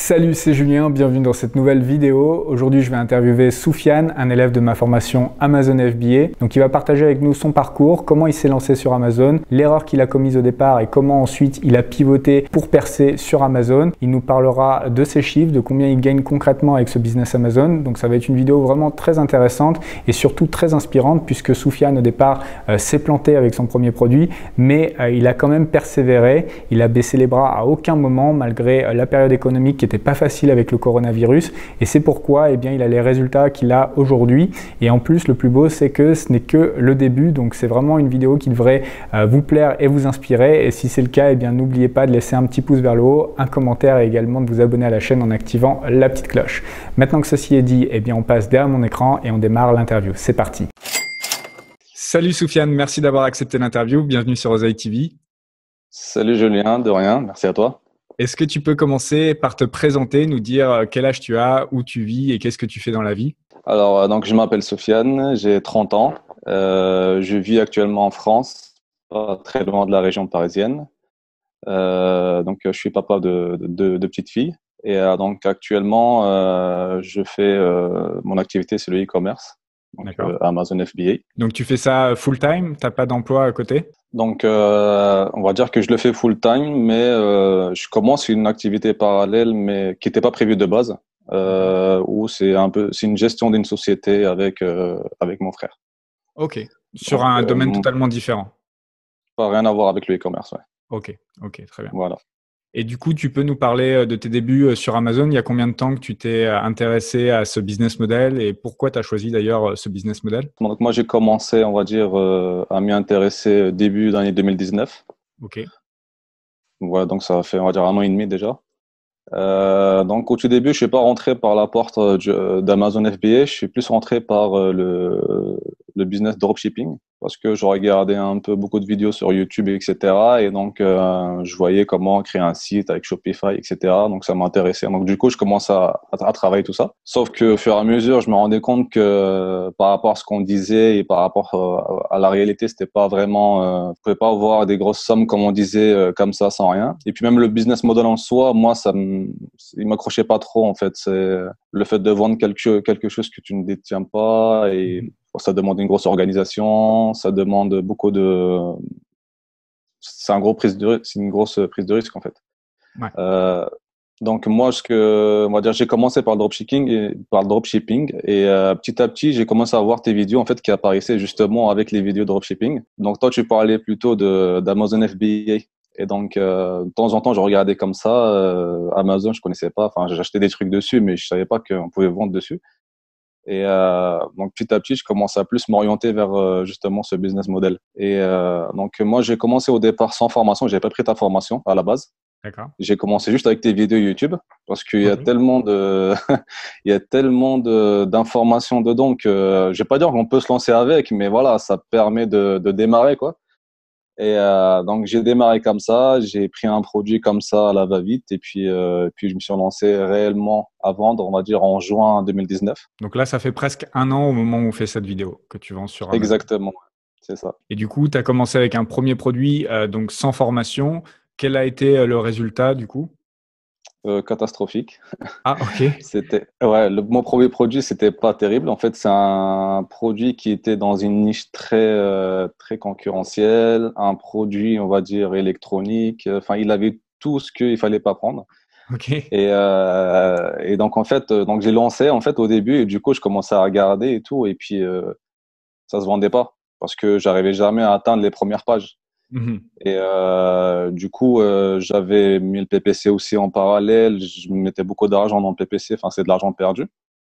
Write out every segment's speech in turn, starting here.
Salut, c'est Julien, bienvenue dans cette nouvelle vidéo. Aujourd'hui, je vais interviewer Soufiane, un élève de ma formation Amazon FBA. Donc, il va partager avec nous son parcours, comment il s'est lancé sur Amazon, l'erreur qu'il a commise au départ et comment ensuite il a pivoté pour percer sur Amazon. Il nous parlera de ses chiffres, de combien il gagne concrètement avec ce business Amazon. Donc, ça va être une vidéo vraiment très intéressante et surtout très inspirante puisque Soufiane, au départ, s'est planté avec son premier produit, mais il a quand même persévéré. Il a baissé les bras à aucun moment malgré la période économique qui n'était pas facile avec le coronavirus, et c'est pourquoi il a les résultats qu'il a aujourd'hui. Et en plus, le plus beau, c'est que ce n'est que le début, donc c'est vraiment une vidéo qui devrait vous plaire et vous inspirer. Et si c'est le cas, n'oubliez pas de laisser un petit pouce vers le haut, un commentaire et également de vous abonner à la chaîne en activant la petite cloche. Maintenant que ceci est dit, on passe derrière mon écran et on démarre l'interview. C'est parti. Salut Soufiane, merci d'avoir accepté l'interview. Bienvenue sur Oseille TV. Salut Julien, de rien, merci à toi. Est-ce que tu peux commencer par te présenter, nous dire quel âge tu as, où tu vis et qu'est-ce que tu fais dans la vie? Alors, donc, je m'appelle Soufiane, j'ai 30 ans. Je vis actuellement en France, pas très loin de la région parisienne. Je suis papa de petites filles. Et donc, actuellement, je fais mon activité, c'est le e-commerce, donc Amazon FBA. Donc, tu fais ça full-time? Tu n'as pas d'emploi à côté? Donc, on va dire que je le fais full-time, mais je commence une activité parallèle, mais qui n'était pas prévue de base, où c'est une gestion d'une société avec mon frère. Ok. Sur un domaine totalement différent. Pas rien à voir avec le e-commerce, ouais. Ok, très bien. Voilà. Et du coup, tu peux nous parler de tes débuts sur Amazon. Il y a combien de temps que tu t'es intéressé à ce business model et pourquoi tu as choisi d'ailleurs ce business model? Donc, moi, j'ai commencé, on va dire, à m'y intéresser début d'année 2019. Ok. Voilà, donc ça fait, on va dire, 1 an et demi déjà. Donc, au tout début, je suis pas rentré par la porte d'Amazon FBA. Je suis plus rentré par le business dropshipping parce que je regardais un peu beaucoup de vidéos sur YouTube, etc. Et donc, je voyais comment créer un site avec Shopify, etc. Donc, ça m'intéressait. Donc, du coup, je commence à travailler tout ça. Sauf que, au fur et à mesure, je me rendais compte que par rapport à ce qu'on disait et par rapport à la réalité, c'était pas vraiment, on pouvait pas avoir des grosses sommes comme on disait comme ça sans rien. Et puis même le business model en soi, moi, il m'accrochait pas trop en fait. C'est le fait de vendre quelque chose que tu ne détiens pas et ça demande une grosse organisation, ça demande c'est une grosse prise de risque en fait. Ouais. Donc moi, on va dire, j'ai commencé par le dropshipping et petit à petit, j'ai commencé à voir tes vidéos en fait qui apparaissaient justement avec les vidéos dropshipping. Donc toi, tu parlais plutôt d'Amazon FBA. Et donc, de temps en temps, je regardais comme ça. Amazon, je connaissais pas. Enfin, j'achetais des trucs dessus, mais je savais pas qu'on pouvait vendre dessus. Et donc, petit à petit, je commençais à plus m'orienter vers justement ce business model. Et donc, moi, j'ai commencé au départ sans formation. J'avais pas pris ta formation à la base. D'accord. J'ai commencé juste avec tes vidéos YouTube parce qu'il y a tellement il y a tellement d'informations dedans que je vais pas dire qu'on peut se lancer avec, mais voilà, ça permet de démarrer, quoi. Et donc j'ai démarré comme ça, j'ai pris un produit comme ça à la va-vite et puis je me suis lancé réellement à vendre, on va dire en juin 2019. Donc là, ça fait presque 1 an au moment où on fait cette vidéo que tu vends sur Amazon. Exactement, c'est ça. Et du coup, tu as commencé avec un premier produit donc sans formation. Quel a été le résultat du coup? Catastrophique. Ah, ok. Mon premier produit, c'était pas terrible. En fait, c'est un produit qui était dans une niche très concurrentielle, un produit, on va dire, électronique. Enfin, il avait tout ce qu'il fallait pas prendre. Ok. Et donc, en fait, donc j'ai lancé, en fait, au début, et du coup, je commençais à regarder et tout, et puis, ça se vendait pas parce que j'arrivais jamais à atteindre les premières pages. Et du coup, j'avais mis le PPC aussi en parallèle. Je mettais beaucoup d'argent dans le PPC. Enfin, c'est de l'argent perdu.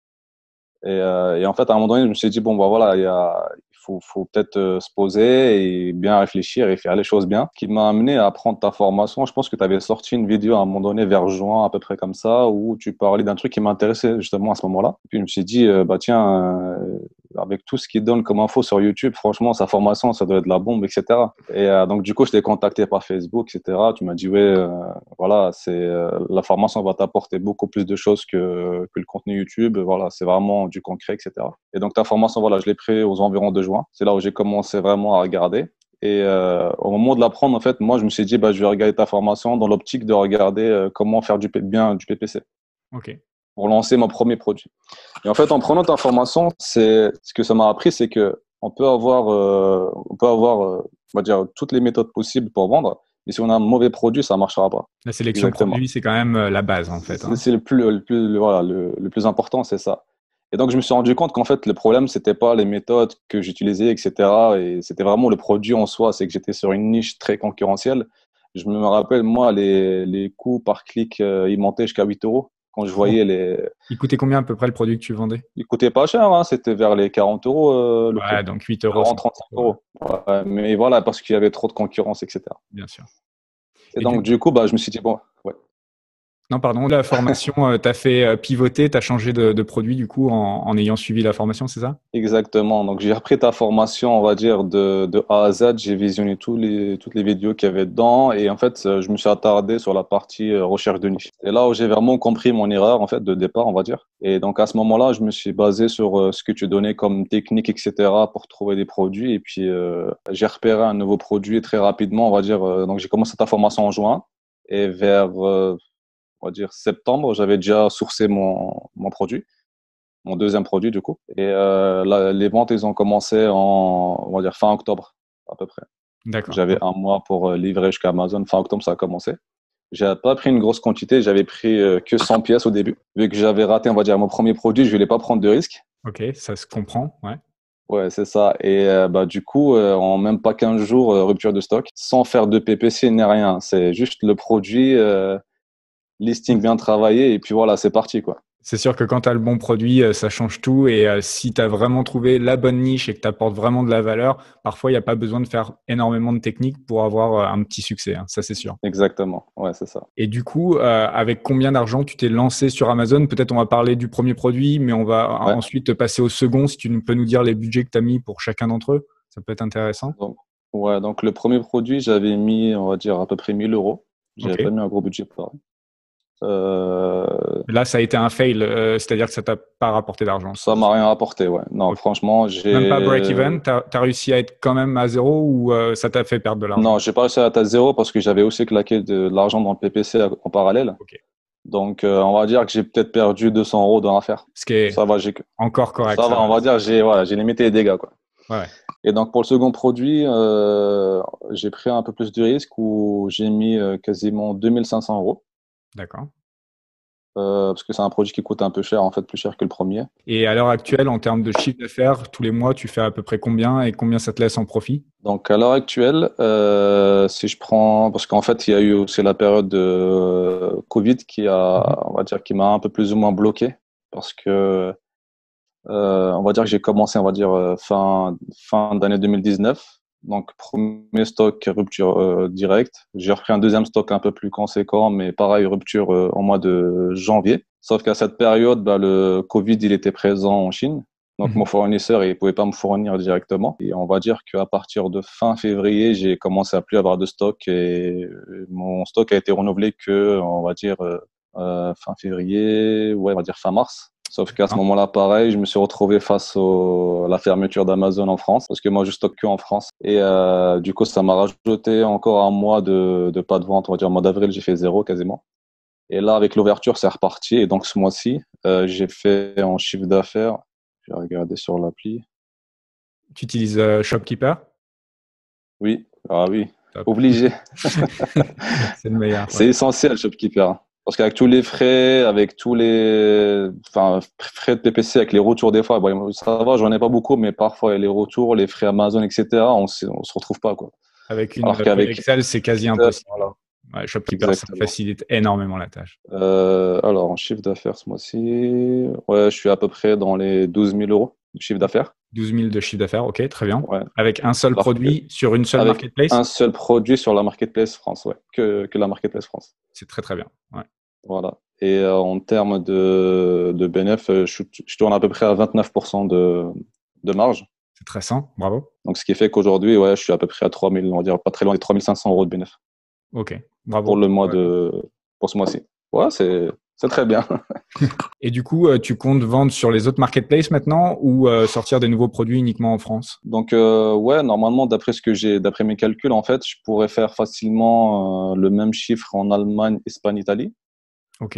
Et en fait, à un moment donné, je me suis dit, bon, bah voilà, il faut peut-être se poser et bien réfléchir et faire les choses bien. Ce qui m'a amené à prendre ta formation. Je pense que tu avais sorti une vidéo à un moment donné, vers juin, à peu près comme ça, où tu parlais d'un truc qui m'intéressait justement à ce moment-là. Et puis, je me suis dit, bah tiens, avec tout ce qu'il donne comme info sur YouTube, franchement, sa formation, ça doit être de la bombe, etc. Et donc, du coup, je t'ai contacté par Facebook, etc. Tu m'as dit, ouais, voilà, la formation va t'apporter beaucoup plus de choses que le contenu YouTube. Voilà, c'est vraiment du concret, etc. Et donc, ta formation, voilà, je l'ai pris aux environs de juin. C'est là où j'ai commencé vraiment à regarder. Et au moment de l'apprendre, en fait, moi, je me suis dit, bah, je vais regarder ta formation dans l'optique de regarder comment faire bien du PPC. Ok. pour lancer mon premier produit. Et en fait, en prenant ta formation, ce que ça m'a appris, c'est que on peut avoir, on va dire, toutes les méthodes possibles pour vendre, mais si on a un mauvais produit, ça marchera pas. La sélection de Exactement. produits, c'est quand même la base, en fait. Hein. C'est voilà, le plus important, c'est ça. Et donc, je me suis rendu compte qu'en fait, le problème, c'était pas les méthodes que j'utilisais, etc. Et c'était vraiment le produit en soi. C'est que j'étais sur une niche très concurrentielle. Je me rappelle, moi, les coûts par clic, ils montaient jusqu'à 8 euros. Quand je Oh. voyais les. Il coûtait combien à peu près le produit que tu vendais? Ils coûtaient pas cher, hein. C'était vers les 40 euros, le prix. Ouais, donc 8 euros, c'est 40, 35 ouais, euros. Ouais, mais voilà, parce qu'il y avait trop de concurrence, etc. bien sûr. Et Et donc, du du coup, bah, je me suis dit, bon, ouais. Non, pardon, la formation t'a fait pivoter, t'as changé de produit du coup en ayant suivi la formation, c'est ça? Exactement. Donc, j'ai repris ta formation, on va dire, de A à Z. J'ai visionné toutes les vidéos qu'il y avait dedans. Et en fait, je me suis attardé sur la partie recherche de niche. Et là où j'ai vraiment compris mon erreur, en fait, de départ, on va dire. Et donc, à ce moment-là, je me suis basé sur ce que tu donnais comme technique, etc., pour trouver des produits. Et puis, j'ai repéré un nouveau produit très rapidement, on va dire. Donc, j'ai commencé ta formation en juin. Et vers, on va dire, septembre, j'avais déjà sourcé mon produit, mon deuxième produit du coup. Et les ventes, ils ont commencé on va dire, fin octobre à peu près. D'accord. J'avais un mois pour livrer jusqu'à Amazon. Fin octobre, ça a commencé. J'ai pas pris une grosse quantité, j'avais pris que 100 pièces au début. Vu que j'avais raté, on va dire, mon premier produit, je voulais pas prendre de risques. Ok, ça se comprend, ouais. Ouais, c'est ça. Et bah, du coup, en même pas 15 jours, rupture de stock, sans faire de PPC ni rien. C'est juste le produit, listing bien travaillé, et puis voilà, c'est parti, quoi. C'est sûr que quand tu as le bon produit, ça change tout. Et si tu as vraiment trouvé la bonne niche et que tu apportes vraiment de la valeur, parfois, il n'y a pas besoin de faire énormément de techniques pour avoir un petit succès. Hein, ça, c'est sûr. Exactement. Ouais, c'est ça. Et du coup, avec combien d'argent tu t'es lancé sur Amazon? Peut-être on va parler du premier produit, mais on va Ouais. ensuite passer au second. Si tu peux nous dire les budgets que tu as mis pour chacun d'entre eux, ça peut être intéressant. Donc, ouais, donc le premier produit, j'avais mis, on va dire, à peu près 1000 euros. J'avais pas Ok. mis un gros budget pour. Euh, Là, ça a été un fail, c'est-à-dire que ça t'a pas rapporté d'argent. Ça m'a rien apporté, ouais. Non, Ok. franchement, Même pas break-even, t'as réussi à être quand même à zéro ou ça t'a fait perdre de l'argent? non, j'ai pas réussi à être à zéro parce que j'avais aussi claqué de l'argent dans le PPC en parallèle. Ok. Donc, on va dire que j'ai peut-être perdu 200 euros dans l'affaire. Ce qui est Ça va, encore correct, ça ça va, on va. va dire, voilà, j'ai limité les dégâts, quoi. Ouais, Et donc, pour le second produit, j'ai pris un peu plus de risque où j'ai mis quasiment 2500 euros. d'accord. Parce que c'est un produit qui coûte un peu cher, en fait, plus cher que le premier. Et à l'heure actuelle, en termes de chiffre d'affaires, tous les mois, tu fais à peu près combien et combien ça te laisse en profit? Donc, à l'heure actuelle, si je prends, parce qu'en fait, il y a eu aussi la période de Covid Mhm. on va dire, qui m'a un peu plus ou moins bloqué, parce que, on va dire que j'ai commencé, on va dire, fin d'année 2019. Donc, premier stock, rupture directe. J'ai repris un deuxième stock un peu plus conséquent, mais pareil, rupture au mois de janvier. Sauf qu'à cette période, bah, le Covid, il était présent en Chine. Donc, mon Mhm. fournisseur, il ne pouvait pas me fournir directement. Et on va dire qu'à partir de fin février, j'ai commencé à plus avoir de stock et mon stock a été renouvelé que, on va dire, fin février, ouais, on va dire fin mars. Sauf qu'à ce D'accord. moment-là, pareil, je me suis retrouvé face à la fermeture d'Amazon en France, parce que moi, je stocke que en France. Et du coup, ça m'a rajouté encore un mois de pas de vente. On va dire, au mois d'avril, j'ai fait zéro quasiment. Et là, avec l'ouverture, c'est reparti. Et donc, ce mois-ci, j'ai fait en chiffre d'affaires, j'ai regardé sur l'appli. Tu utilises Shopkeeper? Oui, ah oui, Top. obligé. C'est le meilleur, C'est ouais. essentiel, Shopkeeper. Parce qu'avec tous les frais, avec tous les enfin, frais de PPC, avec les retours des fois, bon, ça va, j'en ai pas beaucoup, mais parfois, il y a les retours, les frais Amazon, etc., on se retrouve pas, quoi. Avec une Alors feuille qu'avec Excel, c'est quasi Excel, impossible. voilà, Ouais, Shopkeeper, ça exactement. facilite énormément la tâche. Alors, en chiffre d'affaires ce mois-ci, ouais, je suis à peu près dans les 12 000 euros de chiffre d'affaires. 12 000 de chiffre d'affaires, ok, très bien. Ouais. Avec un seul Alors que, produit sur une seule avec marketplace? un seul produit sur la Marketplace France, ouais, que la Marketplace France. C'est très très bien. Ouais. Voilà. Et en termes de bénéf, je tourne à peu près à 29% de marge. C'est très sain, bravo. Donc, ce qui fait qu'aujourd'hui, ouais, je suis à peu près à 3000, on va dire, pas très loin des 3500 euros de bénéf Ok, pour bravo. le mois Ouais. pour ce mois-ci. Ouais, c'est très bien. Et du coup, tu comptes vendre sur les autres marketplaces maintenant ou sortir des nouveaux produits uniquement en France? Donc, ouais, normalement, d'après mes calculs, en fait, je pourrais faire facilement le même chiffre en Allemagne, Espagne, Italie. Ok.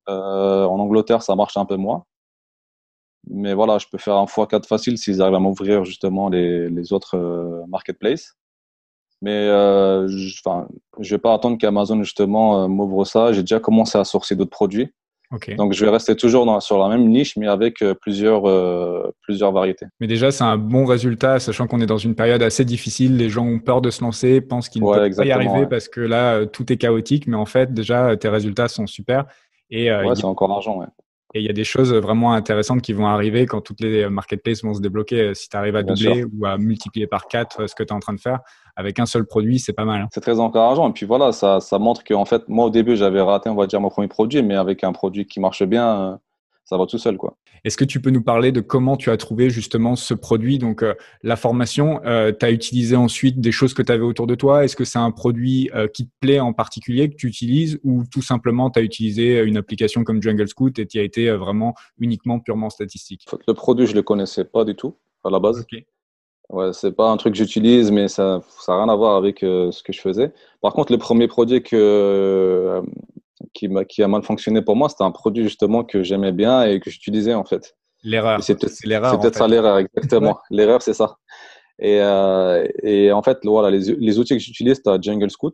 En Angleterre, ça marche un peu moins. Mais voilà, je peux faire un x4 facile s'ils arrivent à m'ouvrir justement les autres marketplaces. Mais je vais pas attendre qu'Amazon justement m'ouvre ça. J'ai déjà commencé à sourcer d'autres produits. Ok. Donc, je vais rester toujours sur la même niche, mais avec plusieurs variétés. Mais déjà, c'est un bon résultat, sachant qu'on est dans une période assez difficile. Les gens ont peur de se lancer, pensent qu'ils ne peuvent Ouais, pas y exactement. arriver Ouais, parce que là, tout est chaotique. Mais en fait, déjà, tes résultats sont super. Et ouais, c'est encore l'argent. Ouais, il y a des choses vraiment intéressantes qui vont arriver quand toutes les marketplaces vont se débloquer. Si tu arrives à bien sûr. doubler ou à multiplier par 4 ce que tu es en train de faire, avec un seul produit, c'est pas mal, hein. C'est très encourageant. Et puis voilà, ça montre qu'en fait, moi au début, j'avais raté, on va dire, mon premier produit, mais avec un produit qui marche bien, ça va tout seul, quoi. Est-ce que tu peux nous parler de comment tu as trouvé justement ce produit? Donc, la formation, tu as utilisé ensuite des choses que tu avais autour de toi. Est-ce que c'est un produit qui te plaît en particulier, que tu utilises, ou tout simplement tu as utilisé une application comme Jungle Scout et tu y as été vraiment uniquement purement statistique? En fait, le produit, je le connaissais pas du tout à la base. Ok. Ouais, c'est pas un truc que j'utilise, mais ça a rien à voir avec ce que je faisais. Par contre, le premier produit qui a mal fonctionné pour moi, c'était un produit justement que j'aimais bien et que j'utilisais en fait. Et L'erreur, c'est c'est l'erreur en peut-être fait. ça l'erreur, Ouais. exactement. L'erreur, c'est ça. Et en fait, voilà, les outils que j'utilise, tu as Jungle Scout,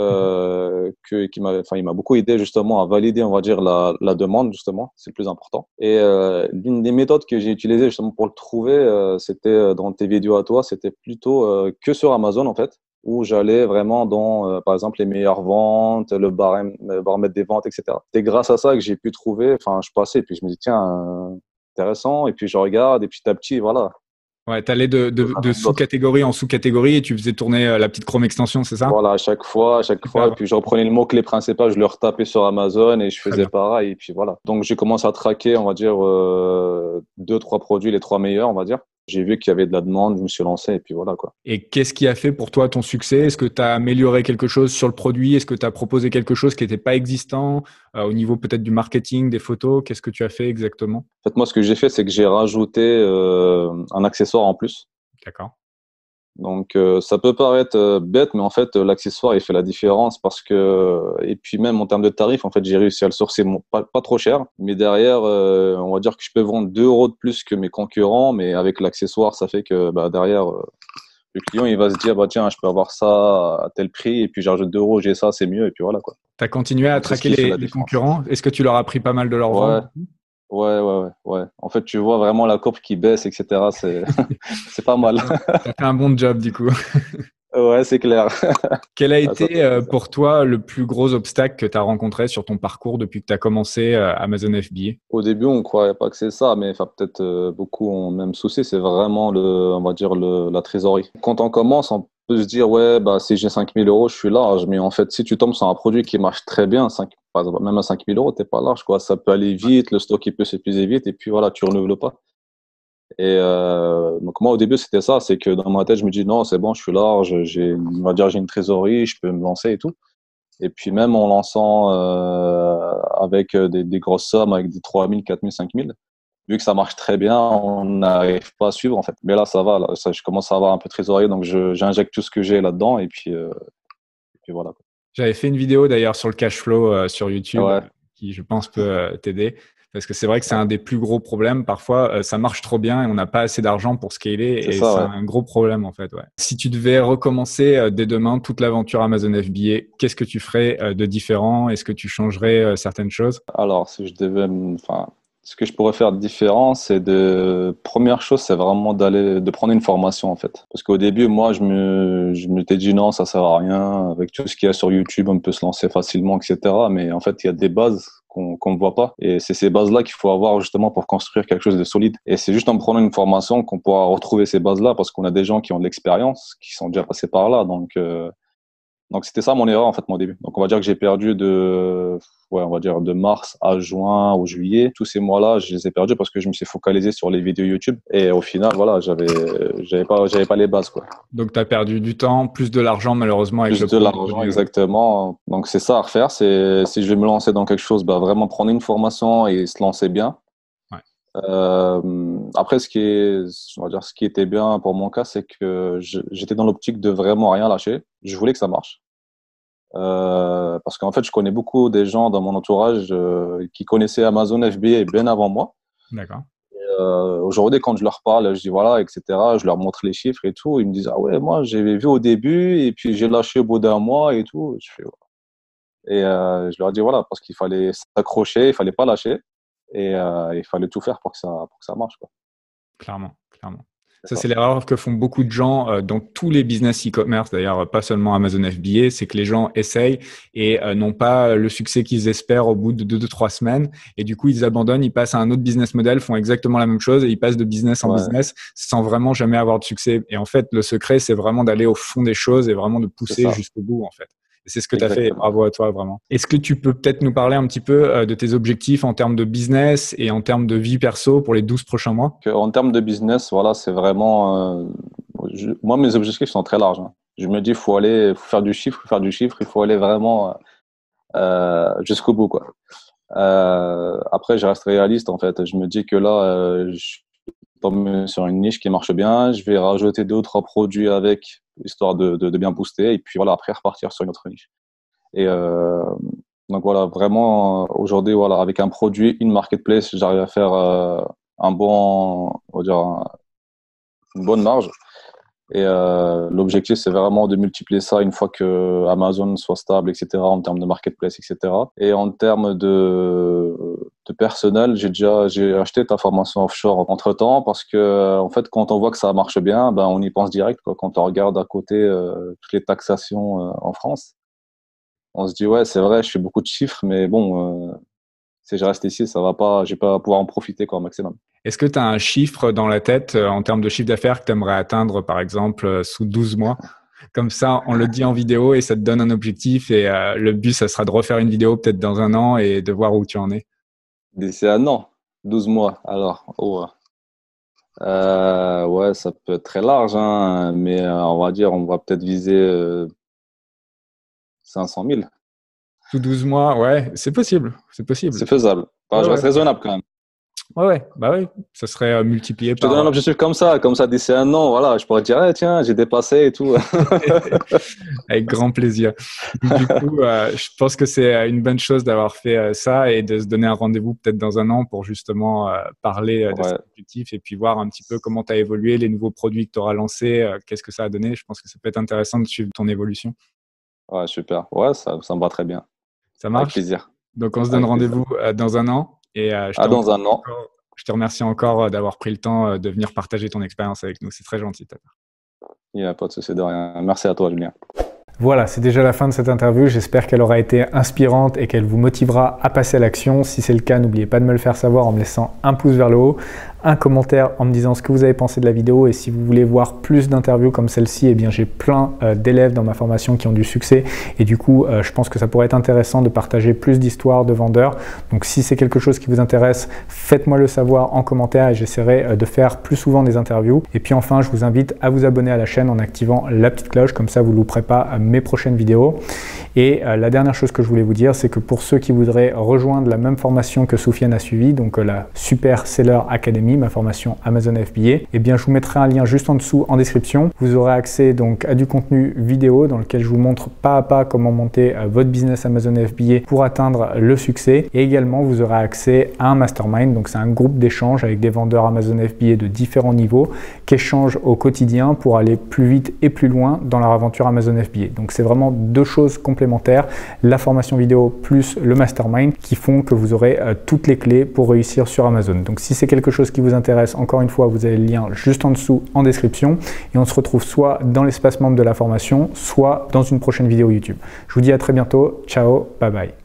il m'a beaucoup aidé justement à valider, on va dire, la demande, justement, c'est le plus important. Et l'une des méthodes que j'ai utilisées justement pour le trouver, c'était dans tes vidéos à toi, c'était plutôt que sur Amazon, en fait, où j'allais vraiment dans, par exemple, les meilleures ventes, le baromètre des ventes, etc. C'est grâce à ça que j'ai pu trouver, enfin, je passais, et puis je me dis, tiens, intéressant, et puis je regarde, et petit à petit, voilà. Ouais, t'allais de sous-catégorie en sous-catégorie et tu faisais tourner la petite Chrome extension, c'est ça? Voilà, à chaque fois. Et Super, puis, je reprenais le mot-clé principal, je le retapais sur Amazon et je très faisais bien. pareil. Et puis voilà. Donc, j'ai commencé à traquer, on va dire, deux, trois produits, les trois meilleurs, on va dire. J'ai vu qu'il y avait de la demande, je me suis lancé et puis voilà, quoi. Et qu'est-ce qui a fait pour toi ton succès? Est-ce que tu as amélioré quelque chose sur le produit? Est-ce que tu as proposé quelque chose qui n'était pas existant au niveau peut-être du marketing, des photos? Qu'est-ce que tu as fait exactement? En fait, moi, ce que j'ai fait, c'est que j'ai rajouté un accessoire en plus. D'accord. Donc, ça peut paraître bête, mais en fait, l'accessoire, il fait la différence parce que, et puis même en termes de tarifs, en fait, j'ai réussi à le sourcer pas trop cher. Mais derrière, on va dire que je peux vendre 2 euros de plus que mes concurrents, mais avec l'accessoire, ça fait que bah, derrière, le client, il va se dire, bah, tiens, je peux avoir ça à tel prix, et puis j'ajoute 2 euros, j'ai ça, c'est mieux, et puis voilà, quoi. Tu as continué à Donc, c'est ce traquer qui fait la les différence. concurrents? Est-ce que tu leur as pris pas mal de leur vente? Ouais, ouais. En fait, tu vois vraiment la courbe qui baisse, etc. C'est pas mal. Tu as fait un bon job du coup. Ouais, c'est clair. Quel a Ah, ça, été c'est ça. pour toi le plus gros obstacle que tu as rencontré sur ton parcours depuis que tu as commencé Amazon FBA? Au début, on croyait pas que c'est ça, mais enfin, peut-être beaucoup ont même souci. C'est vraiment on va dire la trésorerie. Quand on commence, on peut se dire, ouais, bah, si j'ai 5 000 euros, je suis large. Mais en fait, si tu tombes sur un produit qui marche très bien, par exemple, même à 5 000 euros, t'es pas large, quoi. Ça peut aller vite, le stock, il peut s'épuiser vite, et puis voilà, tu renouveles pas. Et donc moi au début c'était ça, c'est que dans ma tête je me dis non c'est bon je suis large, on va dire j'ai une trésorerie, je peux me lancer et tout. Et puis même en lançant avec des grosses sommes, avec des 3 000, 4 000, 5 000, vu que ça marche très bien, on n'arrive pas à suivre en fait. Mais là ça va, là, ça, je commence à avoir un peu de trésorerie, donc j'injecte tout ce que j'ai là-dedans et puis voilà, quoi. J'avais fait une vidéo d'ailleurs sur le cash flow sur YouTube Ouais, qui, je pense, peut t'aider. Parce que c'est vrai que c'est ouais, un des plus gros problèmes. Parfois, ça marche trop bien et on n'a pas assez d'argent pour scaler c'est et ça, c'est ouais. un gros problème en fait. Ouais. Si tu devais recommencer dès demain toute l'aventure Amazon FBA, qu'est-ce que tu ferais de différent? Est-ce que tu changerais certaines choses? Alors, si je devais, enfin, ce que je pourrais faire de différent, première chose, c'est vraiment de prendre une formation, en fait. Parce qu'au début, moi, je m'étais dit non, ça sert à rien. Avec tout ce qu'il y a sur YouTube, on peut se lancer facilement, etc. Mais en fait, il y a des bases qu'on ne voit pas. Et c'est ces bases-là qu'il faut avoir justement pour construire quelque chose de solide. Et c'est juste en prenant une formation qu'on pourra retrouver ces bases-là parce qu'on a des gens qui ont de l'expérience, qui sont déjà passés par là. Donc c'était ça mon erreur en fait mon début. Donc on va dire que j'ai perdu on va dire de mars à juin ou juillet. Tous ces mois-là, je les ai perdus parce que je me suis focalisé sur les vidéos YouTube et au final voilà, j'avais pas les bases quoi. Donc, tu as perdu du temps, plus de l'argent malheureusement avec Plus le de premier l'argent produit. Ouais. exactement. Donc c'est ça à refaire, c'est si je vais me lancer dans quelque chose, bah vraiment prendre une formation et se lancer bien. Ouais. Après on va dire ce qui était bien pour mon cas, c'est que j'étais dans l'optique de vraiment rien lâcher. Je voulais que ça marche. parce qu'en fait, je connais beaucoup des gens dans mon entourage qui connaissaient Amazon FBA bien avant moi. D'accord. Aujourd'hui, quand je leur parle, je dis voilà, etc., je leur montre les chiffres et tout. Ils me disent, ah ouais, moi, j'ai vu au début et puis j'ai lâché au bout d'un mois et tout. Je fais, voilà. Et je leur dis voilà, parce qu'il fallait s'accrocher, il fallait pas lâcher et il fallait tout faire pour que ça marche, quoi. Clairement, clairement. Ça, c'est l'erreur que font beaucoup de gens dans tous les business e-commerce, d'ailleurs, pas seulement Amazon FBA, c'est que les gens essayent et n'ont pas le succès qu'ils espèrent au bout de 2-3 semaines. Et du coup, ils abandonnent, ils passent à un autre business model, font exactement la même chose et ils passent de business en business sans vraiment jamais avoir de succès. Et en fait, le secret, c'est vraiment d'aller au fond des choses et vraiment de pousser jusqu'au bout, en fait. C'est ce que tu as fait et bravo à toi, vraiment. Est-ce que tu peux peut-être nous parler un petit peu de tes objectifs en termes de business et en termes de vie perso pour les 12 prochains mois? En termes de business, voilà, c'est vraiment… moi, mes objectifs sont très larges, hein. Je me dis, il faut faire du chiffre, il faut aller vraiment jusqu'au bout, quoi. Après, je reste réaliste, en fait. Je me dis que là, je suis tombé sur une niche qui marche bien. Je vais rajouter 2 ou 3 produits avec, histoire de bien booster. Et puis voilà, après repartir sur une autre niche. Et donc voilà, vraiment, aujourd'hui, voilà, avec un produit, une marketplace, j'arrive à faire on va dire, une bonne marge. Et l'objectif, c'est vraiment de multiplier ça une fois que Amazon soit stable, etc., en termes de marketplace, etc. Et en termes de personnel, j'ai acheté ta formation offshore entre-temps parce que, en fait, quand on voit que ça marche bien, ben, on y pense direct, quoi. Quand on regarde à côté toutes les taxations en France, on se dit, ouais, c'est vrai, je fais beaucoup de chiffres, mais bon, si je reste ici, ça va pas, je vais pas pouvoir en profiter, quoi, au maximum. Est-ce que tu as un chiffre dans la tête en termes de chiffre d'affaires que tu aimerais atteindre, par exemple, sous 12 mois? Comme ça, on le dit en vidéo et ça te donne un objectif. Et le but, ça sera de refaire une vidéo peut-être dans un an et de voir où tu en es. D'ici un an, 12 mois, alors, ouais, ça peut être très large, hein, mais on va dire, on va peut-être viser 500 000. Sous 12 mois, ouais, c'est possible. C'est possible. C'est faisable. Enfin, je reste raisonnable quand même. Ouais, bah oui, ça serait multiplié par… Je te donne un objectif comme ça d'ici un an, voilà, je pourrais te dire, eh, tiens, j'ai dépassé et tout. Avec grand plaisir. Du coup, je pense que c'est une bonne chose d'avoir fait ça et de se donner un rendez-vous peut-être dans un an pour justement parler de cet objectif et puis voir un petit peu comment tu as évolué, les nouveaux produits que tu auras lancés, qu'est-ce que ça a donné. Je pense que ça peut être intéressant de suivre ton évolution. Ouais, super. Ouais, ça me va très bien. Ça marche? Avec plaisir. Donc, on se donne rendez-vous dans un an. Et dans un an. Je te remercie encore d'avoir pris le temps de venir partager ton expérience avec nous. C'est très gentil. Il n'y a pas de souci, de rien. Merci à toi, Julien. Voilà, c'est déjà la fin de cette interview. J'espère qu'elle aura été inspirante et qu'elle vous motivera à passer à l'action. Si c'est le cas, n'oubliez pas de me le faire savoir en me laissant un pouce vers le haut, un commentaire en me disant ce que vous avez pensé de la vidéo. Et si vous voulez voir plus d'interviews comme celle-ci, eh bien j'ai plein d'élèves dans ma formation qui ont du succès. Et du coup, je pense que ça pourrait être intéressant de partager plus d'histoires de vendeurs. Donc si c'est quelque chose qui vous intéresse, faites-moi le savoir en commentaire et j'essaierai de faire plus souvent des interviews. Et puis enfin, je vous invite à vous abonner à la chaîne en activant la petite cloche. Comme ça, vous ne louperez pas mes prochaines vidéos. Et la dernière chose que je voulais vous dire, c'est que pour ceux qui voudraient rejoindre la même formation que Soufiane a suivi, donc la Super Seller Academy, ma formation Amazon FBA, eh bien je vous mettrai un lien juste en dessous en description. Vous aurez accès donc à du contenu vidéo dans lequel je vous montre pas à pas comment monter votre business Amazon FBA pour atteindre le succès. Et également, vous aurez accès à un mastermind, donc c'est un groupe d'échange avec des vendeurs Amazon FBA de différents niveaux qui échangent au quotidien pour aller plus vite et plus loin dans leur aventure Amazon FBA. Donc c'est vraiment deux choses complémentaires, la formation vidéo plus le mastermind, qui font que vous aurez toutes les clés pour réussir sur Amazon. Donc si c'est quelque chose qui vous intéresse, encore une fois, vous avez le lien juste en dessous en description et on se retrouve soit dans l'espace membre de la formation, soit dans une prochaine vidéo YouTube. Je vous dis à très bientôt. Ciao, bye bye.